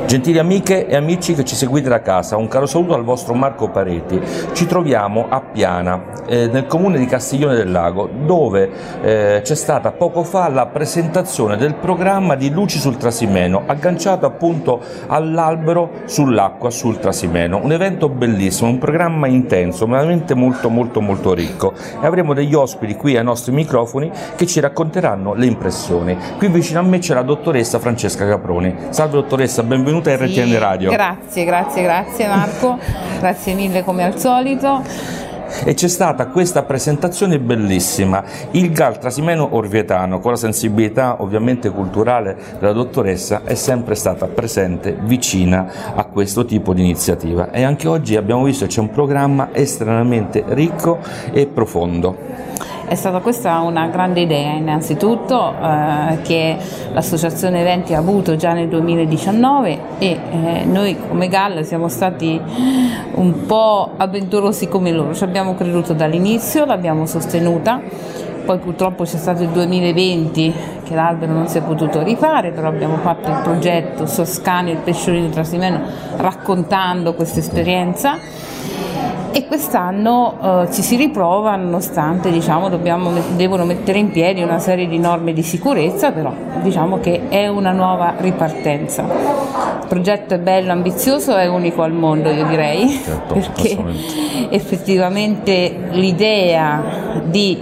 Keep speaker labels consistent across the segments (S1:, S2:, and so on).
S1: Gentili amiche e amici che ci seguite da casa, un caro saluto al vostro Marco Pareti. Ci troviamo a Piana, nel comune di Castiglione del Lago, dove c'è stata poco fa la presentazione del programma di Luci sul Trasimeno, agganciato appunto all'albero sull'acqua sul Trasimeno. Un evento bellissimo, un programma intenso, veramente molto ricco, e avremo degli ospiti qui ai nostri microfoni che ci racconteranno le impressioni. Qui vicino a me c'è la dottoressa Francesca Caproni. Salve dottoressa, benvenuta a RTN Radio.
S2: Grazie Marco, grazie mille come al solito.
S1: E c'è stata questa presentazione bellissima, il GAL Trasimeno Orvietano, con la sensibilità ovviamente culturale della dottoressa, è sempre stata presente, vicina a questo tipo di iniziativa, e anche oggi abbiamo visto che c'è un programma estremamente ricco e profondo.
S2: È stata questa una grande idea innanzitutto che l'associazione eventi ha avuto già nel 2019 e noi come GAL siamo stati un po' avventurosi come loro, ci abbiamo creduto dall'inizio, l'abbiamo sostenuta, poi purtroppo c'è stato il 2020 che l'albero non si è potuto rifare, però abbiamo fatto il progetto Soscani e il Pesciolino Trasimeno raccontando questa esperienza. E quest'anno ci si riprova nonostante devono mettere in piedi una serie di norme di sicurezza, però diciamo che è una nuova ripartenza. Il progetto è bello, ambizioso, è unico al mondo io direi, certo, perché effettivamente l'idea di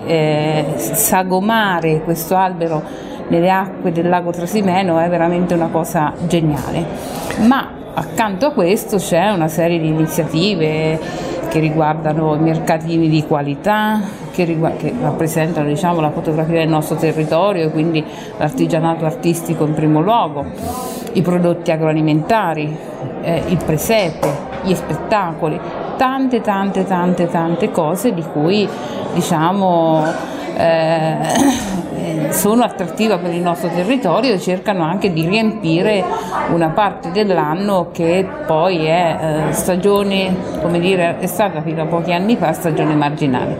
S2: sagomare questo albero nelle acque del lago Trasimeno è veramente una cosa geniale. Ma accanto a questo c'è una serie di iniziative che riguardano i mercatini di qualità, che rappresentano la fotografia del nostro territorio e quindi l'artigianato artistico in primo luogo, i prodotti agroalimentari, il presepe, gli spettacoli, tante cose di cui sono attrattiva per il nostro territorio e cercano anche di riempire una parte dell'anno che poi è stagione, è stata fino a pochi anni fa stagione marginale.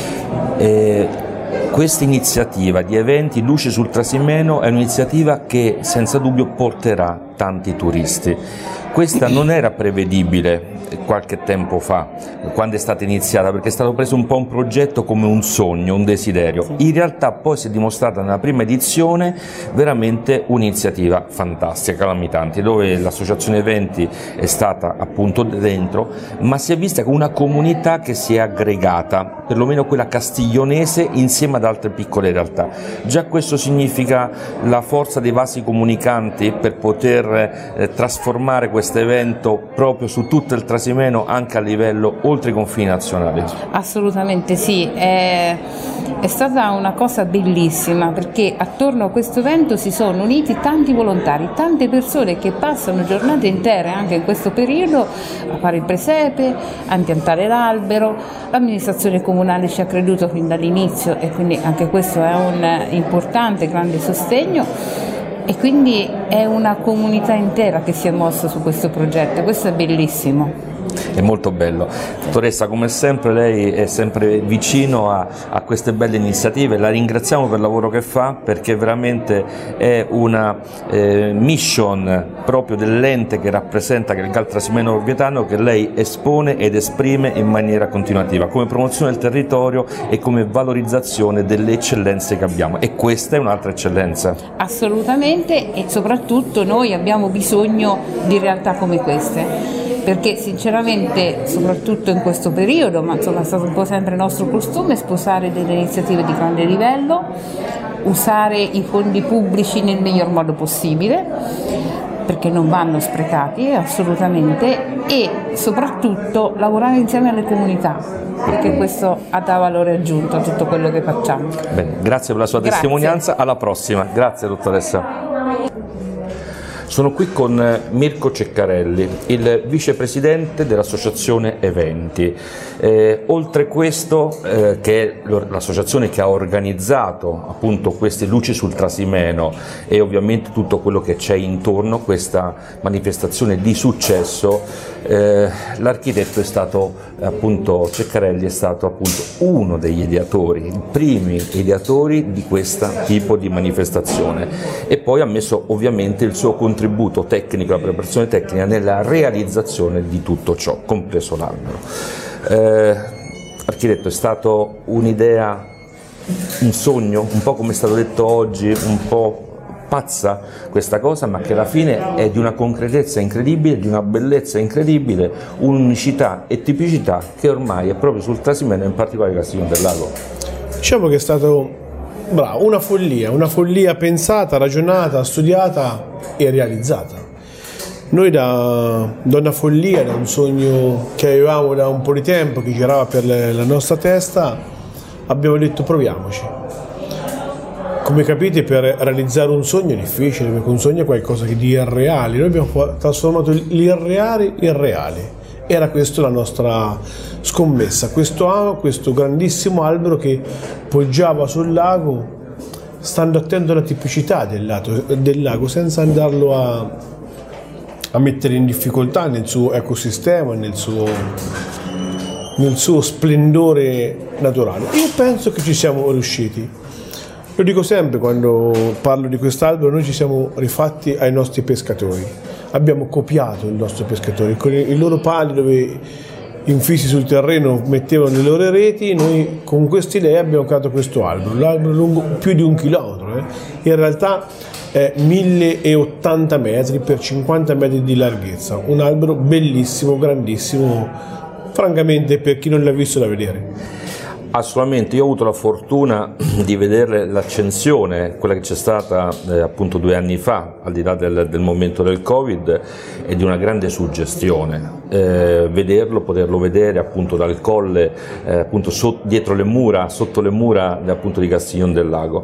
S1: Questa iniziativa di eventi Luci sul Trasimeno è un'iniziativa che senza dubbio porterà tanti turisti. Questa non era prevedibile qualche tempo fa, quando è stata iniziata, perché è stato preso un po' un progetto come un sogno, un desiderio. Sì. In realtà poi si è dimostrata nella prima edizione veramente un'iniziativa fantastica, Calamitanti, dove l'associazione eventi è stata appunto dentro, ma si è vista come una comunità che si è aggregata, perlomeno quella castiglionese, insieme ad altre piccole realtà. Già questo significa la forza dei vasi comunicanti per poter trasformare questo evento proprio su tutto il Trasimeno, anche a livello oltre i confini nazionali.
S2: Assolutamente sì, è stata una cosa bellissima, perché attorno a questo evento si sono uniti tanti volontari, tante persone che passano giornate intere anche in questo periodo a fare il presepe, a impiantare l'albero. L'amministrazione comunale ci ha creduto fin dall'inizio e quindi anche questo è un importante, grande sostegno. E quindi è una comunità intera che si è mossa su questo progetto, questo è bellissimo.
S1: È molto bello. Dottoressa, come sempre lei è sempre vicino a queste belle iniziative, la ringraziamo per il lavoro che fa, perché veramente è una mission proprio dell'ente che rappresenta, che è il GAL Trasimeno Orvietano, che lei espone ed esprime in maniera continuativa, come promozione del territorio e come valorizzazione delle eccellenze che abbiamo, e questa è un'altra eccellenza.
S2: Assolutamente, e soprattutto noi abbiamo bisogno di realtà come queste, perché sinceramente, soprattutto in questo periodo, ma insomma è stato un po' sempre il nostro costume, sposare delle iniziative di grande livello, usare i fondi pubblici nel miglior modo possibile, perché non vanno sprecati assolutamente, e soprattutto lavorare insieme alle comunità, perché questo dà valore aggiunto a tutto quello che facciamo.
S1: Bene, grazie per la sua testimonianza, alla prossima. Grazie dottoressa. Sono qui con Mirko Ceccarelli, il vicepresidente dell'associazione Eventi. Oltre questo, che è l'associazione che ha organizzato appunto queste Luci sul Trasimeno e ovviamente tutto quello che c'è intorno a questa manifestazione di successo, l'architetto è stato appunto Ceccarelli, è stato appunto uno degli ideatori, i primi ideatori di questo tipo di manifestazione, e poi ha messo ovviamente il suo contributo contributo tecnico, la preparazione tecnica nella realizzazione di tutto ciò, compreso l'albero. Architetto, è stato un'idea, un sogno, un po' come è stato detto oggi, un po' pazza questa cosa, ma che alla fine è di una concretezza incredibile, di una bellezza incredibile, un'unicità e tipicità che ormai è proprio sul Trasimeno, in particolare Castiglione del Lago.
S3: Diciamo che è stato una follia pensata, ragionata, studiata e realizzata. Noi da una follia, da un sogno che avevamo da un po' di tempo, che girava per la nostra testa, abbiamo detto proviamoci. Come capite, per realizzare un sogno è difficile, perché un sogno è qualcosa di irreale. Noi abbiamo trasformato l'irreale in reale. Era questa la nostra scommessa. Questo grandissimo albero che poggiava sul lago, stando attento alla tipicità del lago, senza andarlo a mettere in difficoltà nel suo ecosistema, nel suo splendore naturale. Io penso che ci siamo riusciti. Lo dico sempre quando parlo di quest'albero, noi ci siamo rifatti ai nostri pescatori, abbiamo copiato i nostri pescatori, con i loro pali dove infissi sul terreno mettevano le loro reti, noi con questa idea abbiamo creato questo albero, l'albero è lungo più di 1 chilometro, in realtà è 1080 metri per 50 metri di larghezza, un albero bellissimo, grandissimo, francamente per chi non l'ha visto da vedere.
S1: Assolutamente, io ho avuto la fortuna di vedere l'accensione, quella che c'è stata appunto 2 anni fa, al di là del momento del Covid, e di una grande suggestione. Poterlo vedere appunto dal colle, appunto dietro le mura, sotto le mura appunto di Castiglione del Lago.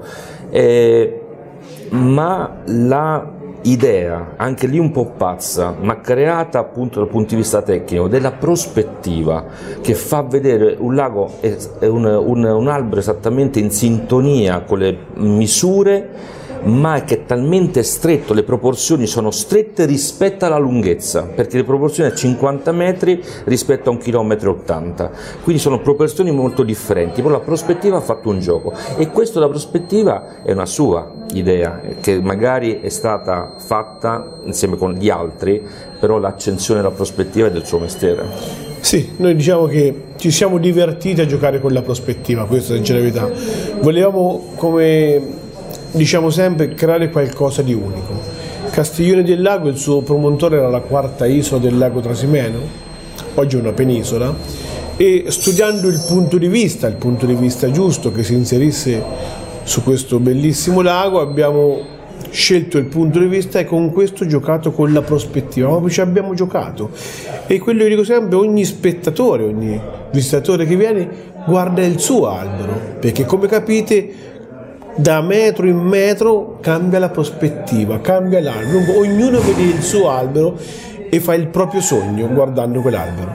S1: Ma la idea, anche lì un po' pazza, ma creata appunto dal punto di vista tecnico, della prospettiva che fa vedere un lago e un albero esattamente in sintonia con le misure, ma che è talmente stretto, le proporzioni sono strette rispetto alla lunghezza, perché le proporzioni sono 50 metri rispetto a 1,80 km, quindi sono proporzioni molto differenti, però la prospettiva ha fatto un gioco, e questa la prospettiva è una sua idea, che magari è stata fatta insieme con gli altri, però l'accensione della prospettiva è del suo mestiere.
S3: Sì, noi diciamo che ci siamo divertiti a giocare con la prospettiva, questa è la verità. Volevamo, come diciamo sempre, creare qualcosa di unico. Castiglione del Lago, il suo promontorio era la 4ª isola del lago Trasimeno, oggi è una penisola, e studiando il punto di vista giusto che si inserisse su questo bellissimo lago, abbiamo scelto il punto di vista e con questo giocato con la prospettiva, proprio ci abbiamo giocato. E quello che dico sempre, ogni spettatore, ogni visitatore che viene guarda il suo albero, perché come capite da metro in metro cambia la prospettiva, cambia l'albero, ognuno vede il suo albero e fa il proprio sogno guardando quell'albero.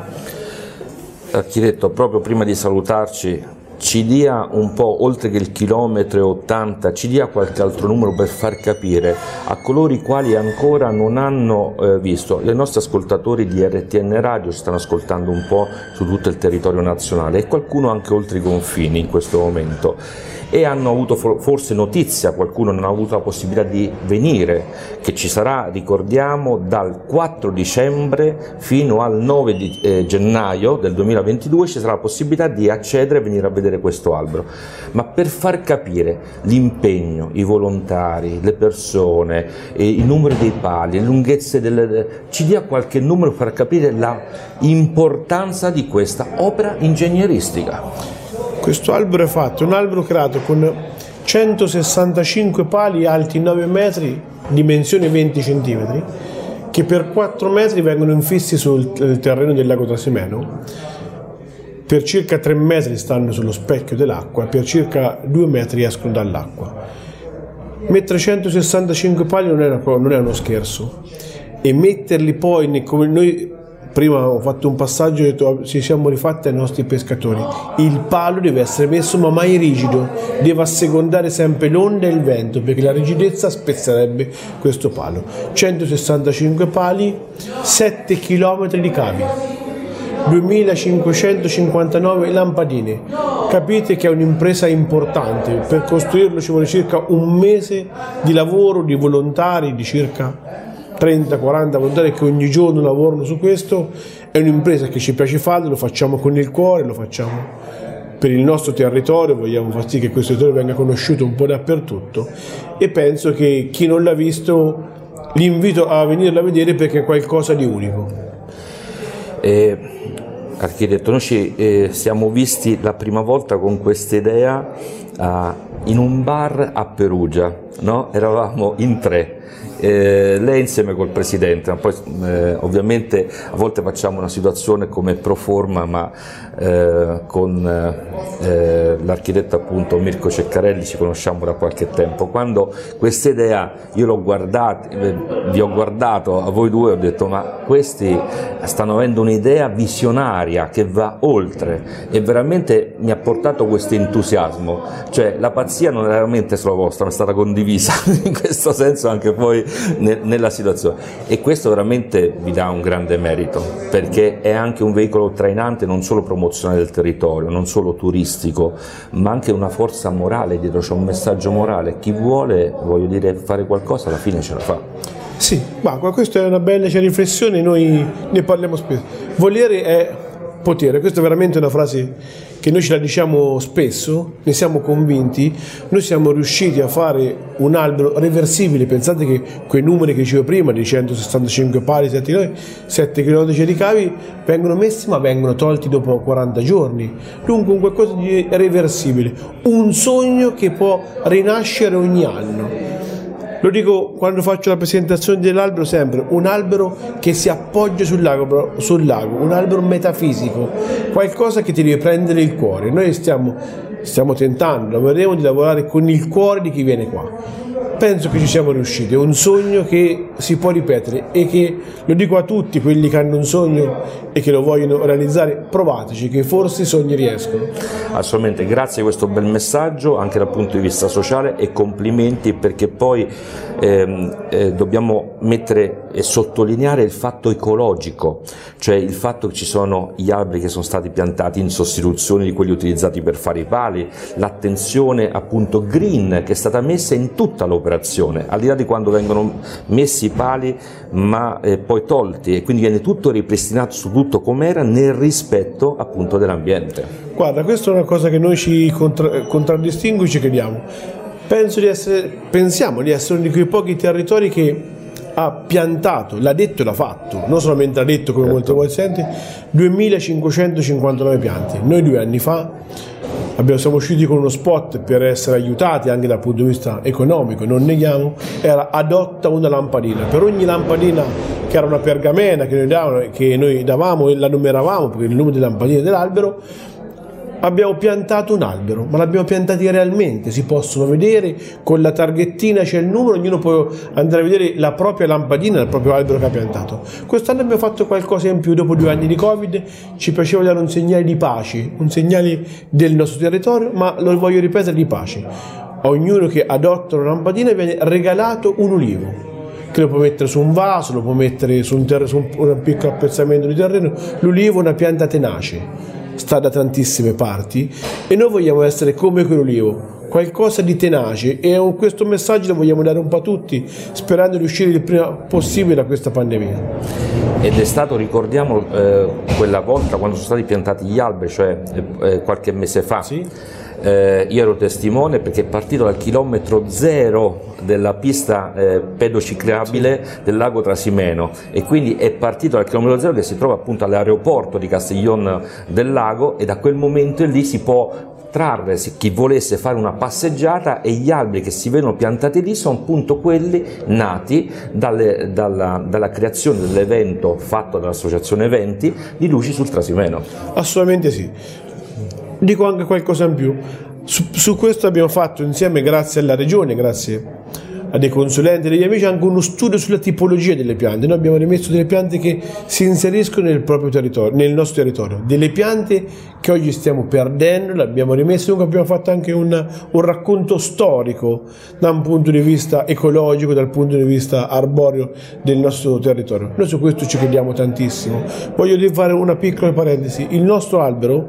S1: Architetto, proprio prima di salutarci, ci dia un po', oltre che il 1,80 km, ci dia qualche altro numero per far capire a coloro i quali ancora non hanno visto. I nostri ascoltatori di RTN Radio ci stanno ascoltando un po' su tutto il territorio nazionale e qualcuno anche oltre i confini in questo momento, e hanno avuto forse notizia, qualcuno non ha avuto la possibilità di venire, che ci sarà, ricordiamo, dal 4 dicembre fino al 9 gennaio del 2022 ci sarà la possibilità di accedere e venire a vedere questo albero. Ma per far capire l'impegno, i volontari, le persone, i numeri dei pali, le lunghezze ci dia qualche numero per far capire l'importanza di questa opera ingegneristica.
S3: Questo albero è un albero creato con 165 pali alti 9 metri, dimensione 20 cm, che per 4 metri vengono infissi sul terreno del lago Trasimeno, per circa 3 metri stanno sullo specchio dell'acqua, per circa 2 metri escono dall'acqua. Mettere 165 pali non è uno scherzo, e metterli poi, come noi prima ho fatto un passaggio e ho detto, ci siamo rifatti ai nostri pescatori, il palo deve essere messo ma mai rigido, deve assecondare sempre l'onda e il vento, perché la rigidezza spezzerebbe questo palo. 165 pali, 7 km di cavi, 2559 lampadine. Capite che è un'impresa importante, per costruirlo ci vuole circa un mese di lavoro di volontari, di circa 30, 40 volontari che ogni giorno lavorano su questo. È un'impresa che ci piace fare, lo facciamo con il cuore, lo facciamo per il nostro territorio, vogliamo far sì che questo territorio venga conosciuto un po' dappertutto, e penso che chi non l'ha visto l'invito a venirlo a vedere perché è qualcosa di unico.
S1: Architetto, noi ci siamo visti la prima volta con questa idea in un bar a Perugia, no? Eravamo in 3. Lei insieme col presidente, ma poi ovviamente a volte facciamo una situazione come pro forma, ma con l'architetto appunto Mirko Ceccarelli ci conosciamo da qualche tempo. Quando questa idea io l'ho guardata, vi ho guardato a voi due, ho detto ma questi stanno avendo un'idea visionaria che va oltre, e veramente mi ha portato questo entusiasmo, cioè la pazzia non era veramente solo vostra, ma è stata condivisa in questo senso anche poi nella situazione, e questo veramente vi dà un grande merito, perché è anche un veicolo trainante non solo promozionale del territorio, non solo turistico, ma anche una forza morale dietro, c'è un messaggio morale, chi vuole, voglio dire, fare qualcosa alla fine ce la fa.
S3: Sì, ma questa è una bella riflessione, noi ne parliamo spesso. Volere è potere, questa è veramente una frase che noi ce la diciamo spesso, ne siamo convinti. Noi siamo riusciti a fare un albero reversibile, pensate che quei numeri che dicevo prima di 165 pali, 7 km di ricavi vengono messi ma vengono tolti dopo 40 giorni, dunque un qualcosa di reversibile, un sogno che può rinascere ogni anno. Lo dico quando faccio la presentazione dell'albero sempre, un albero che si appoggia sul lago, un albero metafisico, qualcosa che ti deve prendere il cuore. Noi stiamo tentando, lavoreremo di lavorare con il cuore di chi viene qua. Penso che ci siamo riusciti, è un sogno che si può ripetere e che, lo dico a tutti quelli che hanno un sogno e che lo vogliono realizzare, provateci che forse i sogni riescono.
S1: Assolutamente, grazie di questo bel messaggio anche dal punto di vista sociale, e complimenti, perché poi dobbiamo mettere e sottolineare il fatto ecologico, cioè il fatto che ci sono gli alberi che sono stati piantati in sostituzione di quelli utilizzati per fare i pali, l'attenzione appunto green che è stata messa in tutta l'operazione, al di là di quando vengono messi i pali ma poi tolti, e quindi viene tutto ripristinato su tutto com'era nel rispetto appunto dell'ambiente.
S3: Guarda, questa è una cosa che noi ci contraddistingue e ci crediamo. Pensiamo di essere uno di quei pochi territori che ha piantato, l'ha detto e l'ha fatto, non solamente l'ha detto come molte volte senti, 2559 piante. Noi 2 anni fa siamo usciti con uno spot per essere aiutati anche dal punto di vista economico, non neghiamo, era adotta una lampadina. Per ogni lampadina che era una pergamena che noi davamo e la numeravamo, perché il numero di lampadine dell'albero, abbiamo piantato un albero, ma l'abbiamo piantati realmente, si possono vedere, con la targhettina c'è il numero, ognuno può andare a vedere la propria lampadina, il proprio albero che ha piantato. Quest'anno abbiamo fatto qualcosa in più, dopo 2 anni di Covid ci piaceva dare un segnale di pace, un segnale del nostro territorio, ma lo voglio ripetere, di pace. A ognuno che adotta una lampadina viene regalato un ulivo, che lo può mettere su un vaso, lo può mettere su un piccolo appezzamento di terreno. L'ulivo è una pianta tenace, sta da tantissime parti, e noi vogliamo essere come quell'ulivo, qualcosa di tenace, e questo messaggio lo vogliamo dare un po' a tutti, sperando di uscire il prima possibile da questa pandemia.
S1: Ed è stato, ricordiamo, quella volta quando sono stati piantati gli alberi, cioè qualche mese fa. Sì. Io ero testimone, perché è partito dal chilometro 0 della pista pedociclabile del lago Trasimeno, e quindi è partito dal chilometro 0 che si trova appunto all'aeroporto di Castiglion del Lago, e da quel momento lì si può trarre, chi volesse fare una passeggiata, e gli alberi che si vedono piantati lì sono appunto quelli nati dalla creazione dell'evento fatto dall'associazione Eventi di Luci sul Trasimeno.
S3: Assolutamente sì. Dico anche qualcosa in più. Su questo abbiamo fatto insieme, grazie alla Regione, grazie a dei consulenti e degli amici, anche uno studio sulla tipologia delle piante. Noi abbiamo rimesso delle piante che si inseriscono nel proprio territorio, nel nostro territorio, delle piante che oggi stiamo perdendo, le abbiamo rimesse. Dunque abbiamo fatto anche un racconto storico da un punto di vista ecologico, dal punto di vista arboreo del nostro territorio. Noi su questo ci crediamo tantissimo. Voglio fare una piccola parentesi: il nostro albero,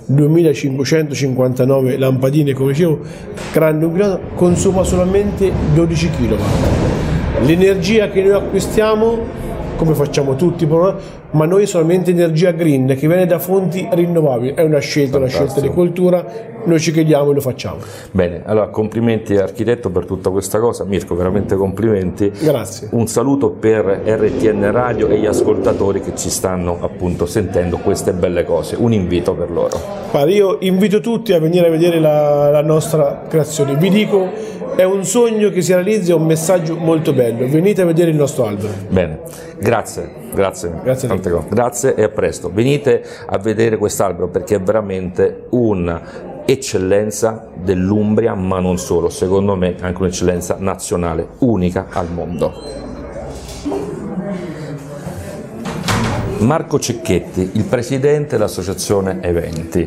S3: 2559 lampadine, come dicevo, grande un grado, consuma solamente 12 kW. l'energia che noi acquistiamo, come facciamo tutti, ma noi solamente energia green che viene da fonti rinnovabili, è una scelta di cultura, noi ci crediamo e lo facciamo.
S1: Bene, allora complimenti architetto per tutta questa cosa, Mirko, veramente complimenti.
S3: Grazie.
S1: Un saluto per RTN Radio e gli ascoltatori che ci stanno appunto sentendo queste belle cose, un invito per loro.
S3: Guarda, io invito tutti a venire a vedere la nostra creazione, vi dico, è un sogno che si realizza, è un messaggio molto bello, venite a vedere il nostro albero.
S1: Bene, grazie tante cose. Grazie e a presto. Venite a vedere quest'albero perché è veramente un'eccellenza dell'Umbria, ma non solo, secondo me anche un'eccellenza nazionale, unica al mondo. Marco Cecchetti, il presidente dell'associazione Eventi.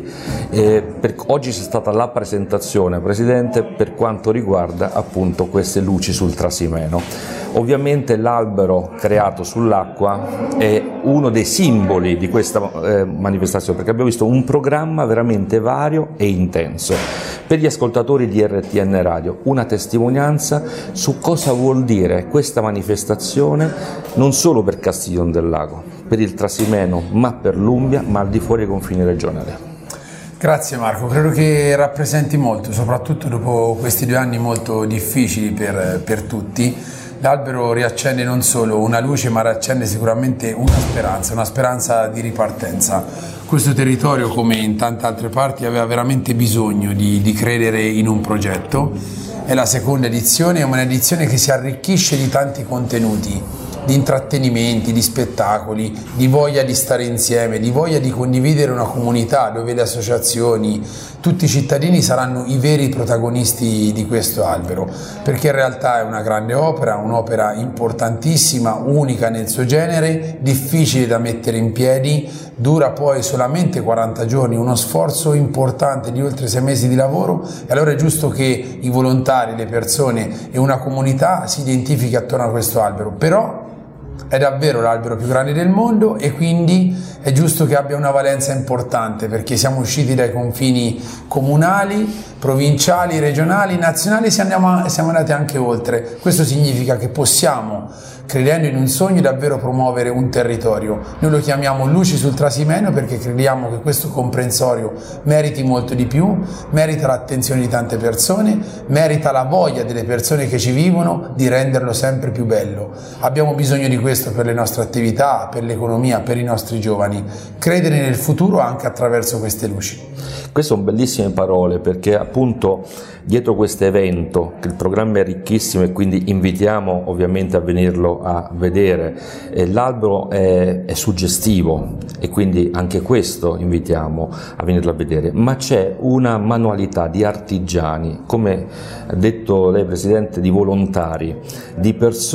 S1: Oggi c'è stata la presentazione, presidente, per quanto riguarda appunto queste luci sul Trasimeno. Ovviamente l'albero creato sull'acqua è uno dei simboli di questa manifestazione, perché abbiamo visto un programma veramente vario e intenso. Per gli ascoltatori di RTN Radio, una testimonianza su cosa vuol dire questa manifestazione non solo per Castiglione del Lago, per il Trasimeno, ma per l'Umbria, ma al di fuori dei confini regionali.
S4: Grazie Marco, credo che rappresenti molto, soprattutto dopo questi 2 anni molto difficili per tutti. L'albero riaccende non solo una luce, ma riaccende sicuramente una speranza di ripartenza. Questo territorio, come in tante altre parti, aveva veramente bisogno di credere in un progetto. È la seconda edizione, è un'edizione che si arricchisce di tanti contenuti, di intrattenimenti, di spettacoli, di voglia di stare insieme, di voglia di condividere una comunità dove le associazioni, tutti i cittadini saranno i veri protagonisti di questo albero, perché in realtà è una grande opera, un'opera importantissima, unica nel suo genere, difficile da mettere in piedi, dura poi solamente 40 giorni, uno sforzo importante di oltre 6 mesi di lavoro, e allora è giusto che i volontari, le persone e una comunità si identifichi attorno a questo albero, però è davvero l'albero più grande del mondo e quindi è giusto che abbia una valenza importante, perché siamo usciti dai confini comunali, provinciali, regionali, nazionali, siamo andati anche oltre. Questo significa che possiamo, credendo in un sogno, davvero promuovere un territorio. Noi lo chiamiamo Luci sul Trasimeno perché crediamo che questo comprensorio meriti molto di più, merita l'attenzione di tante persone, merita la voglia delle persone che ci vivono di renderlo sempre più bello. Abbiamo bisogno di questo per le nostre attività, per l'economia, per i nostri giovani. Credere nel futuro anche attraverso queste luci.
S1: Queste sono bellissime parole, perché appunto dietro questo evento, che il programma è ricchissimo e quindi invitiamo ovviamente a venirlo a vedere, l'albero è suggestivo e quindi anche questo invitiamo a venirlo a vedere, ma c'è una manualità di artigiani, come ha detto lei Presidente, di volontari, di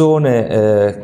S1: persone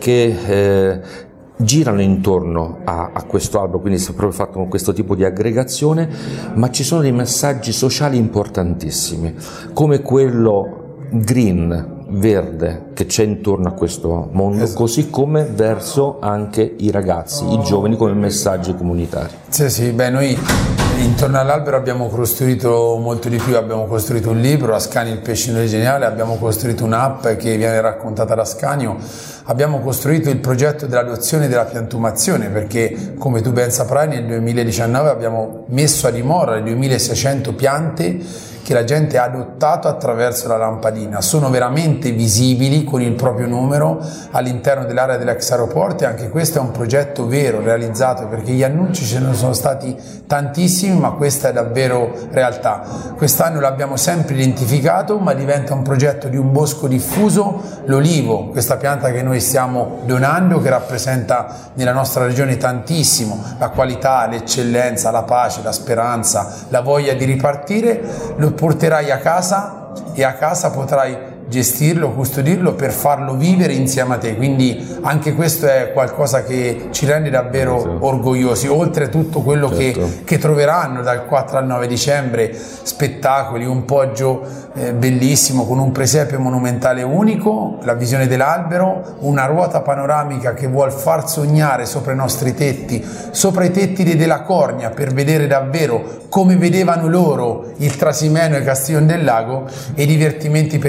S1: che girano intorno a questo albero, quindi si è proprio fatto con questo tipo di aggregazione, ma ci sono dei messaggi sociali importantissimi, come quello green, verde, che c'è intorno a questo mondo, esatto, così come verso anche i ragazzi, i giovani, come messaggi comunitari.
S4: Sì, noi intorno all'albero abbiamo costruito molto di più, abbiamo costruito un libro, Ascanio il pesce geniale, abbiamo costruito un'app che viene raccontata da Ascanio, abbiamo costruito il progetto dell'adozione e della piantumazione, perché come tu ben saprai nel 2019 abbiamo messo a dimora le 2600 piante che la gente ha adottato attraverso la lampadina, sono veramente visibili con il proprio numero all'interno dell'area dell'ex aeroporto, e anche questo è un progetto vero, realizzato, perché gli annunci ce ne sono stati tantissimi, ma questa è davvero realtà. Quest'anno l'abbiamo sempre identificato, ma diventa un progetto di un bosco diffuso, l'olivo, questa pianta che noi stiamo donando, che rappresenta nella nostra regione tantissimo la qualità, l'eccellenza, la pace, la speranza, la voglia di ripartire. Lo porterai a casa e a casa potrai gestirlo, custodirlo per farlo vivere insieme a te, quindi anche questo è qualcosa che ci rende davvero orgogliosi, oltre tutto quello che troveranno dal 4 al 9 dicembre, spettacoli, un poggio bellissimo con un presepe monumentale unico, la visione dell'albero, una ruota panoramica che vuol far sognare sopra i nostri tetti, sopra i tetti della Cornia, per vedere davvero come vedevano loro il Trasimeno e Castiglione del Lago, e i divertimenti per i bambini,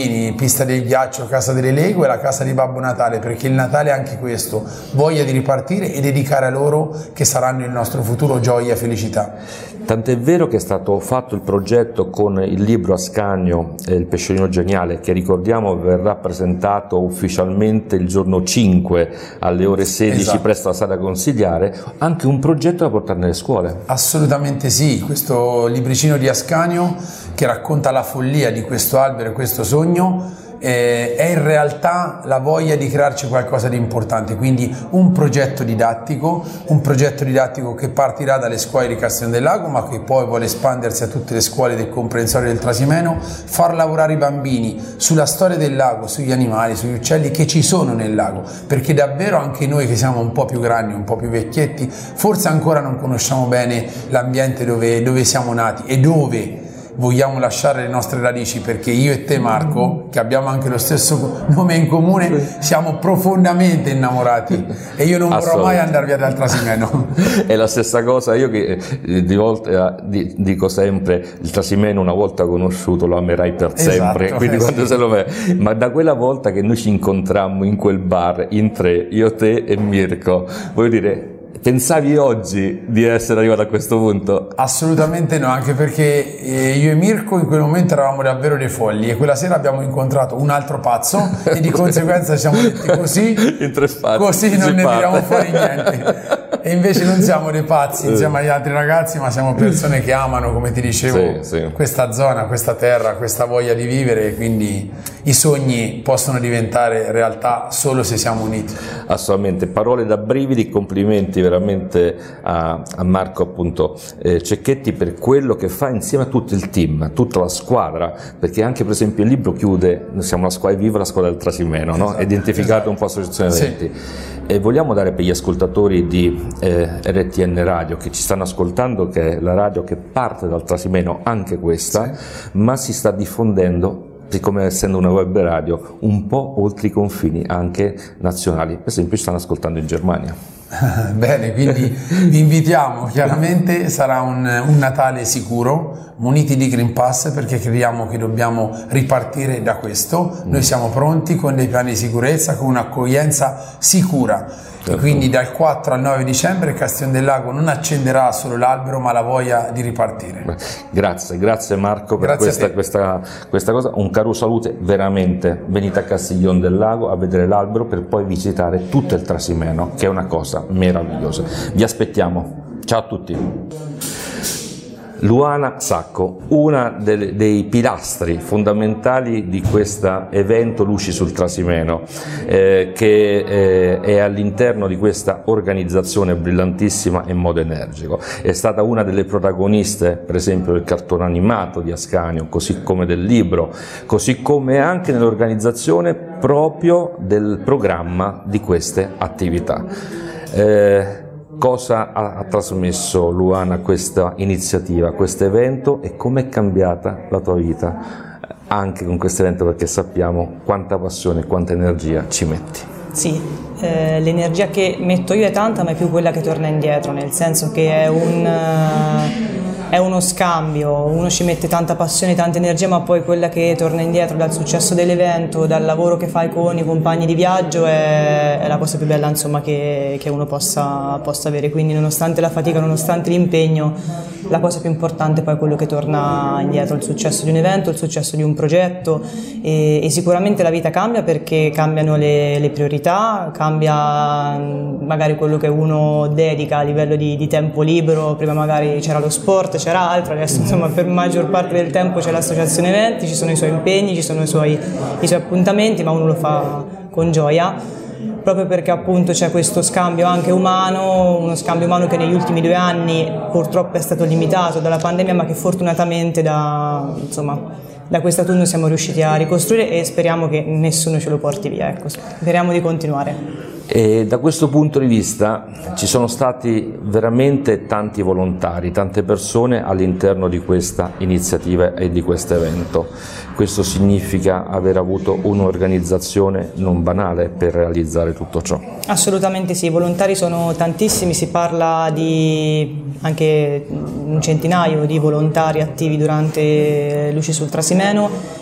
S4: bambini, pista del ghiaccio, casa delle Lego e la casa di Babbo Natale, perché il Natale è anche questo, voglia di ripartire e dedicare a loro che saranno il nostro futuro, gioia e felicità.
S1: Tant'è vero che è stato fatto il progetto con il libro Ascanio, Il pesciolino geniale, che ricordiamo verrà presentato ufficialmente il giorno 5 alle ore 16
S4: esatto,
S1: presso la sala consigliare, anche un progetto da portare nelle scuole.
S4: Assolutamente sì, questo libricino di Ascanio che racconta la follia di questo albero e questo sogno è in realtà la voglia di crearci qualcosa di importante, quindi un progetto didattico che partirà dalle scuole di Castiglione del Lago ma che poi vuole espandersi a tutte le scuole del comprensorio del Trasimeno, far lavorare i bambini sulla storia del lago, sugli animali, sugli uccelli che ci sono nel lago, perché davvero anche noi che siamo un po' più grandi, un po' più vecchietti, forse ancora non conosciamo bene l'ambiente dove siamo nati e dove vogliamo lasciare le nostre radici, perché io e te, Marco, che abbiamo anche lo stesso nome in comune, siamo profondamente innamorati e io non vorrò mai andare via dal Trasimeno.
S1: È la stessa cosa, io che di volte dico sempre, il Trasimeno una volta conosciuto lo amerai per sempre,
S4: esatto,
S1: quindi quando
S4: sì,
S1: se lo vede, ma da quella volta che noi ci incontrammo in quel bar in tre, io, te e Mirko, voglio dire, pensavi oggi di essere arrivato a questo punto?
S4: Assolutamente no, anche perché io e Mirko in quel momento eravamo davvero dei folli e quella sera abbiamo incontrato un altro pazzo e di conseguenza ci siamo detti così,
S1: in tre spazi,
S4: così non ne tiriamo fuori niente. E invece non siamo dei pazzi insieme agli altri ragazzi, ma siamo persone che amano, come ti dicevo, questa zona, questa terra, questa voglia di vivere, e quindi i sogni possono diventare realtà solo se siamo uniti.
S1: Assolutamente, parole da brividi, complimenti veramente a Marco appunto Cecchetti per quello che fa insieme a tutto il team, tutta la squadra, perché anche per esempio il libro chiude, siamo la squadra viva, la squadra del Trasimeno, no?
S4: Esatto,
S1: identificato un po' associazione eventi. E vogliamo dare per gli ascoltatori di RTN Radio che ci stanno ascoltando, che è la radio che parte dal Trasimeno, anche questa, ma si sta diffondendo, siccome essendo una web radio, un po' oltre i confini anche nazionali. Per esempio ci stanno ascoltando in Germania.
S4: Bene, quindi vi invitiamo, chiaramente sarà un Natale sicuro, muniti di Green Pass, perché crediamo che dobbiamo ripartire da questo. Noi siamo pronti con dei piani di sicurezza, con un'accoglienza sicura. E quindi dal 4 al 9 dicembre Castiglione del Lago non accenderà solo l'albero ma la voglia di ripartire.
S1: Grazie Marco per questa cosa, un caro salute, veramente venite a Castiglione del Lago a vedere l'albero per poi visitare tutto il Trasimeno, che è una cosa meravigliosa. Vi aspettiamo, ciao a tutti. Luana Sacco, una dei pilastri fondamentali di questo evento Luci sul Trasimeno, che è all'interno di questa organizzazione brillantissima e in modo energico. È stata una delle protagoniste, per esempio, del cartone animato di Ascanio, così come del libro, così come anche nell'organizzazione proprio del programma di queste attività. Cosa ha trasmesso, Luana, questa iniziativa, questo evento, e come è cambiata la tua vita anche con questo evento, perché sappiamo quanta passione e quanta energia ci metti?
S5: Sì, l'energia che metto io è tanta, ma è più quella che torna indietro, nel senso che è uno scambio, uno ci mette tanta passione, tanta energia, ma poi quella che torna indietro dal successo dell'evento, dal lavoro che fai con i compagni di viaggio è la cosa più bella, insomma, che uno possa avere. Quindi nonostante la fatica, nonostante l'impegno, la cosa più importante poi è quello che torna indietro, il successo di un evento, il successo di un progetto, e sicuramente la vita cambia perché cambiano le priorità, cambia magari quello che uno dedica a livello di tempo libero. Prima magari c'era lo sport, c'era altro, adesso insomma per maggior parte del tempo c'è l'associazione eventi, ci sono i suoi impegni, ci sono i suoi appuntamenti, ma uno lo fa con gioia, proprio perché appunto c'è questo scambio anche umano, uno scambio umano che negli ultimi 2 anni purtroppo è stato limitato dalla pandemia, ma che fortunatamente da quest'autunno siamo riusciti a ricostruire, e speriamo che nessuno ce lo porti via, ecco, speriamo di continuare.
S1: E da questo punto di vista ci sono stati veramente tanti volontari, tante persone all'interno di questa iniziativa e di questo evento. Questo significa aver avuto un'organizzazione non banale per realizzare tutto ciò.
S5: Assolutamente sì, i volontari sono tantissimi, si parla di anche un centinaio di volontari attivi durante Luci sul Trasimeno,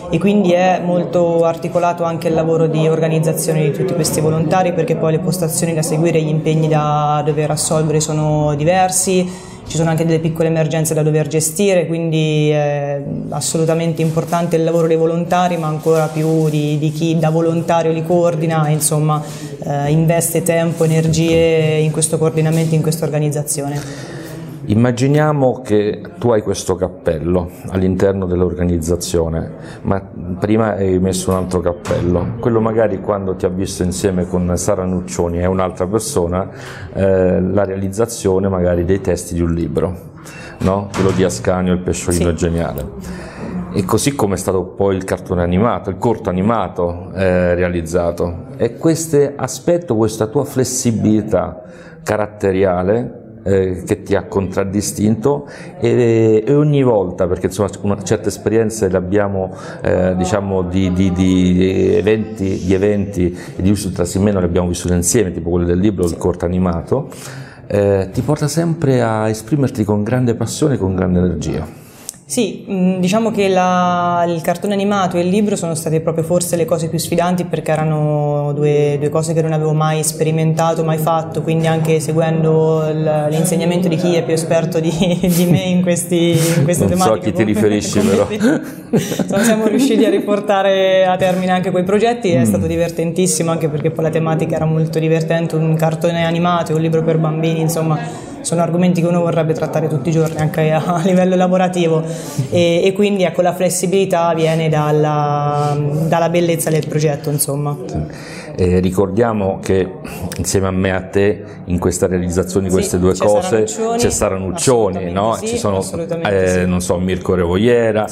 S5: e quindi è molto articolato anche il lavoro di organizzazione di tutti questi volontari, perché poi le postazioni da seguire, gli impegni da dover assolvere sono diversi. Ci sono anche delle piccole emergenze da dover gestire, quindi è assolutamente importante il lavoro dei volontari, ma ancora più di chi da volontario li coordina e insomma investe tempo, energie in questo coordinamento, in questa organizzazione.
S1: Immaginiamo che tu hai questo cappello all'interno dell'organizzazione, ma prima hai messo un altro cappello, quello magari quando ti ha visto insieme con Sara Nuccioni e un'altra persona, la realizzazione magari dei testi di un libro, no? Quello di Ascanio, Il pesciolino geniale. E così come è stato poi il cartone animato, il corto animato realizzato. E questo aspetto, questa tua flessibilità caratteriale che ti ha contraddistinto e ogni volta, perché insomma certe esperienze le abbiamo diciamo di eventi e di uso Trasimeno le abbiamo vissute insieme, tipo quello del libro, il corto animato, ti porta sempre a esprimerti con grande passione e con grande energia.
S5: Sì, diciamo che il cartone animato e il libro sono state proprio forse le cose più sfidanti, perché erano due cose che non avevo mai sperimentato, mai fatto, quindi anche seguendo l'insegnamento di chi è più esperto di me in queste tematiche.
S1: Non so a chi ti riferisci però.
S5: Siamo riusciti a riportare a termine anche quei progetti e è stato divertentissimo, anche perché poi la tematica era molto divertente, un cartone animato e un libro per bambini, insomma sono argomenti che uno vorrebbe trattare tutti i giorni anche a livello lavorativo e quindi ecco, la flessibilità viene dalla bellezza del progetto, insomma.
S1: Ricordiamo che insieme a me e a te in questa realizzazione di queste due cose c'è Sara Nuccioni, no?
S5: Sì,
S1: ci sono
S5: non
S1: so, Mirko Revogliera,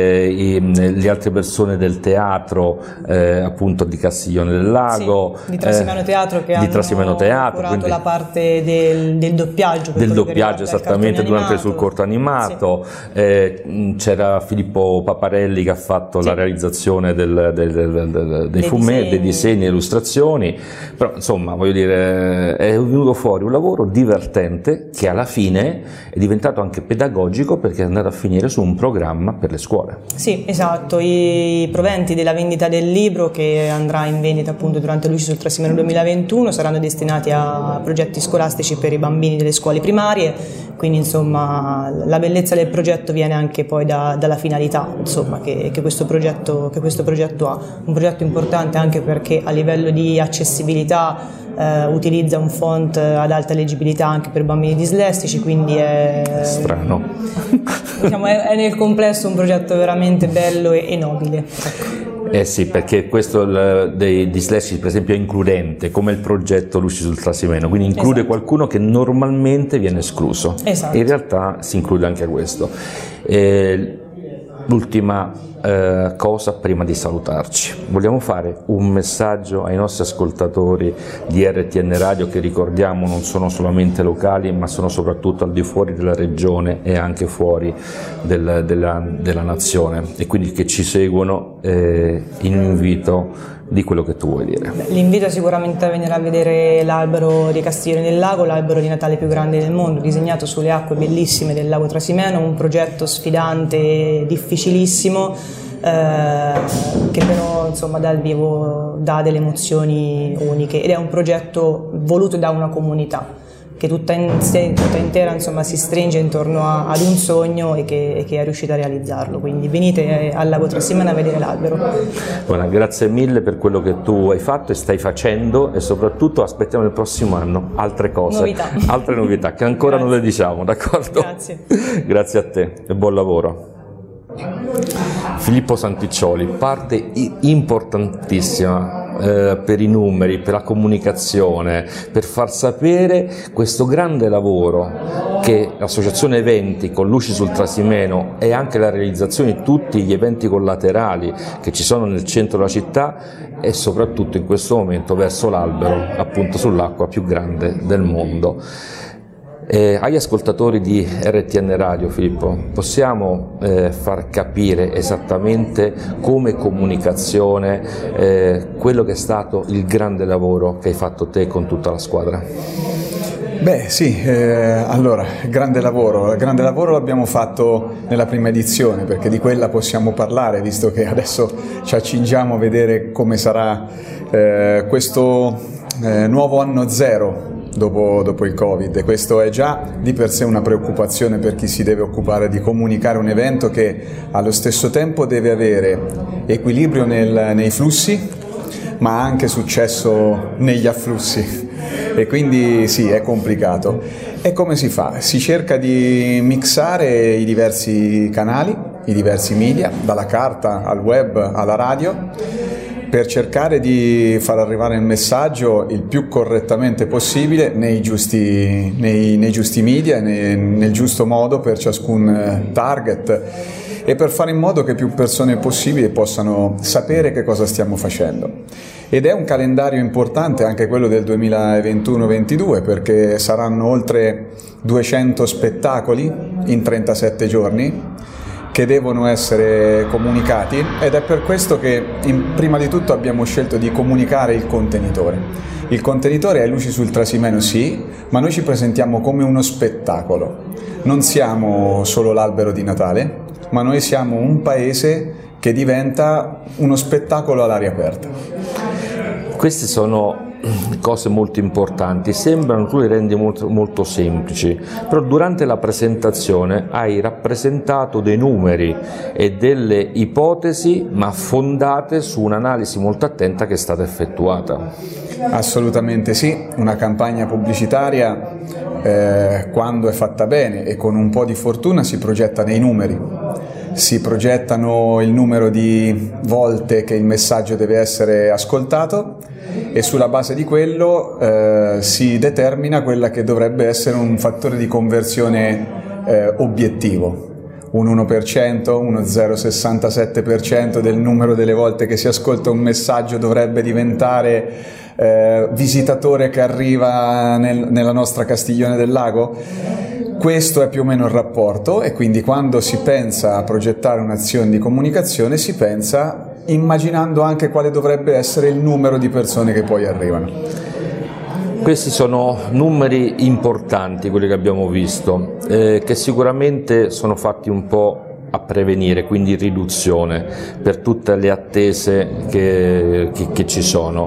S1: le altre persone del teatro appunto di Castiglione del Lago,
S5: di Trasimeno Teatro, che hanno curato la parte del doppiaggio.
S1: Del doppiaggio esattamente durante sul corto animato, c'era Filippo Paparelli che ha fatto la realizzazione dei fumetti, dei disegni e illustrazioni, però insomma voglio dire è venuto fuori un lavoro divertente che alla fine è diventato anche pedagogico, perché è andato a finire su un programma per le scuole.
S5: Sì, esatto, i proventi della vendita del libro, che andrà in vendita appunto durante l'uscita sul Trasimeno 2021, saranno destinati a progetti scolastici per i bambini delle scuole primarie, quindi insomma la bellezza del progetto viene anche poi dalla finalità, insomma, che questo progetto ha, un progetto importante anche perché a livello di accessibilità utilizza un font ad alta leggibilità anche per bambini dislessici, quindi è
S1: strano.
S5: Diciamo, è nel complesso un progetto veramente bello e nobile.
S1: Sì, perché questo dei dislessici per esempio è includente, come il progetto Luci sul Trasimeno, quindi include qualcuno che normalmente viene escluso.
S5: Esatto.
S1: In realtà si include anche questo. L'ultima cosa prima di salutarci, vogliamo fare un messaggio ai nostri ascoltatori di RTN Radio, che ricordiamo non sono solamente locali ma sono soprattutto al di fuori della regione e anche fuori della nazione, e quindi che ci seguono, in un invito di quello che tu vuoi dire.
S5: L'invito è sicuramente a venire a vedere l'albero di Castiglione del Lago, l'albero di Natale più grande del mondo, disegnato sulle acque bellissime del lago Trasimeno, un progetto sfidante, difficilissimo, che però insomma dal vivo dà delle emozioni uniche, ed è un progetto voluto da una comunità che tutta intera insomma si stringe intorno ad un sogno e che è riuscita a realizzarlo, quindi venite al lago Trasimeno a vedere l'albero.
S1: Buona, grazie mille per quello che tu hai fatto e stai facendo, e soprattutto aspettiamo il prossimo anno altre cose, altre novità che ancora non le diciamo, d'accordo?
S5: Grazie.
S1: Grazie a te e buon lavoro. Filippo Santiccioli, parte importantissima per i numeri, per la comunicazione, per far sapere questo grande lavoro che l'associazione eventi con Luci sul Trasimeno e anche la realizzazione di tutti gli eventi collaterali che ci sono nel centro della città, e soprattutto in questo momento verso l'albero appunto sull'acqua più grande del mondo. Agli ascoltatori di RTN Radio, Filippo, possiamo far capire esattamente come comunicazione quello che è stato il grande lavoro che hai fatto te con tutta la squadra?
S6: Beh sì, allora, grande lavoro l'abbiamo fatto nella prima edizione, perché di quella possiamo parlare, visto che adesso ci accingiamo a vedere come sarà questo nuovo anno zero dopo il Covid, e questo è già di per sé una preoccupazione per chi si deve occupare di comunicare un evento che allo stesso tempo deve avere equilibrio nei flussi, ma anche successo negli afflussi, e quindi sì, è complicato. E come si fa? Si cerca di mixare i diversi canali, i diversi media, dalla carta al web alla radio, per cercare di far arrivare il messaggio il più correttamente possibile nei giusti media, nel giusto modo per ciascun target, e per fare in modo che più persone possibili possano sapere che cosa stiamo facendo. Ed è un calendario importante anche quello del 2021-22, perché saranno oltre 200 spettacoli in 37 giorni che devono essere comunicati, ed è per questo che prima di tutto abbiamo scelto di comunicare il contenitore. Il contenitore è Luci sul Trasimeno, sì, ma noi ci presentiamo come uno spettacolo. Non siamo solo l'albero di Natale, ma noi siamo un paese che diventa uno spettacolo all'aria aperta.
S1: Queste sono cose molto importanti, sembrano, tu le rendi molto, molto semplici, però durante la presentazione hai rappresentato dei numeri e delle ipotesi, ma fondate su un'analisi molto attenta che è stata effettuata.
S6: Assolutamente sì, una campagna pubblicitaria quando è fatta bene e con un po' di fortuna si progetta dei numeri. Si progettano il numero di volte che il messaggio deve essere ascoltato, e sulla base di quello si determina quella che dovrebbe essere un fattore di conversione obiettivo. Un 1%, uno 0,67% del numero delle volte che si ascolta un messaggio dovrebbe diventare visitatore che arriva nella nostra Castiglione del Lago. Questo è più o meno il rapporto, e quindi quando si pensa a progettare un'azione di comunicazione si pensa immaginando anche quale dovrebbe essere il numero di persone che poi arrivano.
S1: Questi sono numeri importanti, quelli che abbiamo visto, che sicuramente sono fatti un po' a prevenire, quindi riduzione per tutte le attese che ci sono.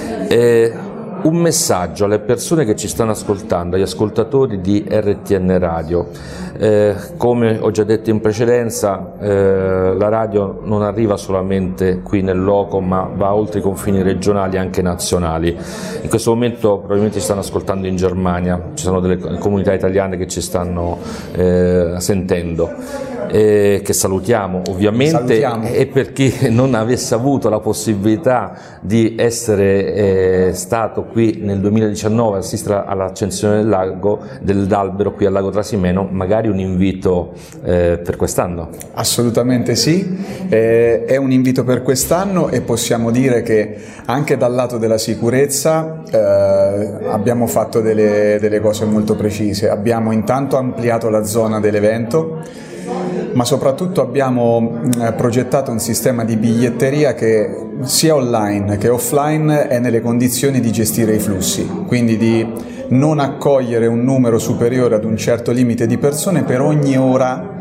S1: Un messaggio alle persone che ci stanno ascoltando, agli ascoltatori di RTN Radio. Come ho già detto in precedenza, la radio non arriva solamente qui nel loco, ma va oltre i confini regionali e anche nazionali. In questo momento probabilmente ci stanno ascoltando in Germania, ci sono delle comunità italiane che ci stanno sentendo. Che salutiamo ovviamente, e per chi non avesse avuto la possibilità di essere stato qui nel 2019 a assistere all'accensione dell'albero qui al Lago Trasimeno, magari un invito per quest'anno?
S6: Assolutamente sì, è un invito per quest'anno, e possiamo dire che anche dal lato della sicurezza abbiamo fatto delle cose molto precise. Abbiamo intanto ampliato la zona dell'evento, ma soprattutto abbiamo progettato un sistema di biglietteria che sia online che offline è nelle condizioni di gestire i flussi, quindi di non accogliere un numero superiore ad un certo limite di persone per ogni ora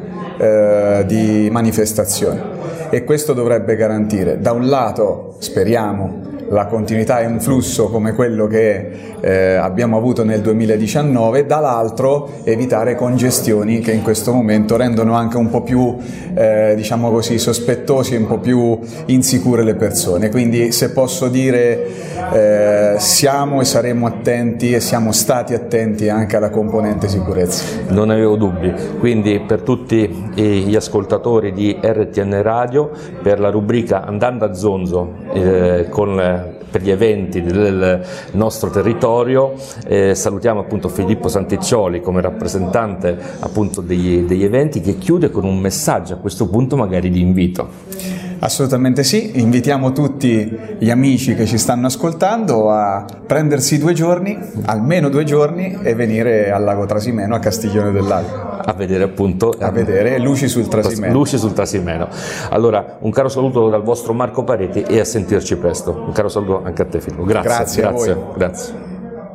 S6: di manifestazione, e questo dovrebbe garantire da un lato, speriamo, la continuità e un flusso come quello che abbiamo avuto nel 2019, dall'altro evitare congestioni che in questo momento rendono anche un po' più diciamo così sospettosi e un po' più insicure le persone. Quindi, se posso dire, siamo e saremo attenti, e siamo stati attenti anche alla componente sicurezza.
S1: Non avevo dubbi, quindi per tutti gli ascoltatori di RTN Radio, per la rubrica Andando a Zonzo per gli eventi del nostro territorio, salutiamo appunto Filippo Santiccioli come rappresentante appunto degli eventi, che chiude con un messaggio a questo punto magari di invito.
S6: Assolutamente sì, invitiamo tutti gli amici che ci stanno ascoltando a prendersi 2 giorni, almeno 2 giorni, e venire al Lago Trasimeno, a Castiglione del Lago.
S1: A vedere appunto
S6: Luci sul Trasimeno.
S1: Luci sul Trasimeno. Allora, un caro saluto dal vostro Marco Pareti, e a sentirci presto. Un caro saluto anche a te, Filippo. Grazie.
S6: Grazie.
S1: Grazie.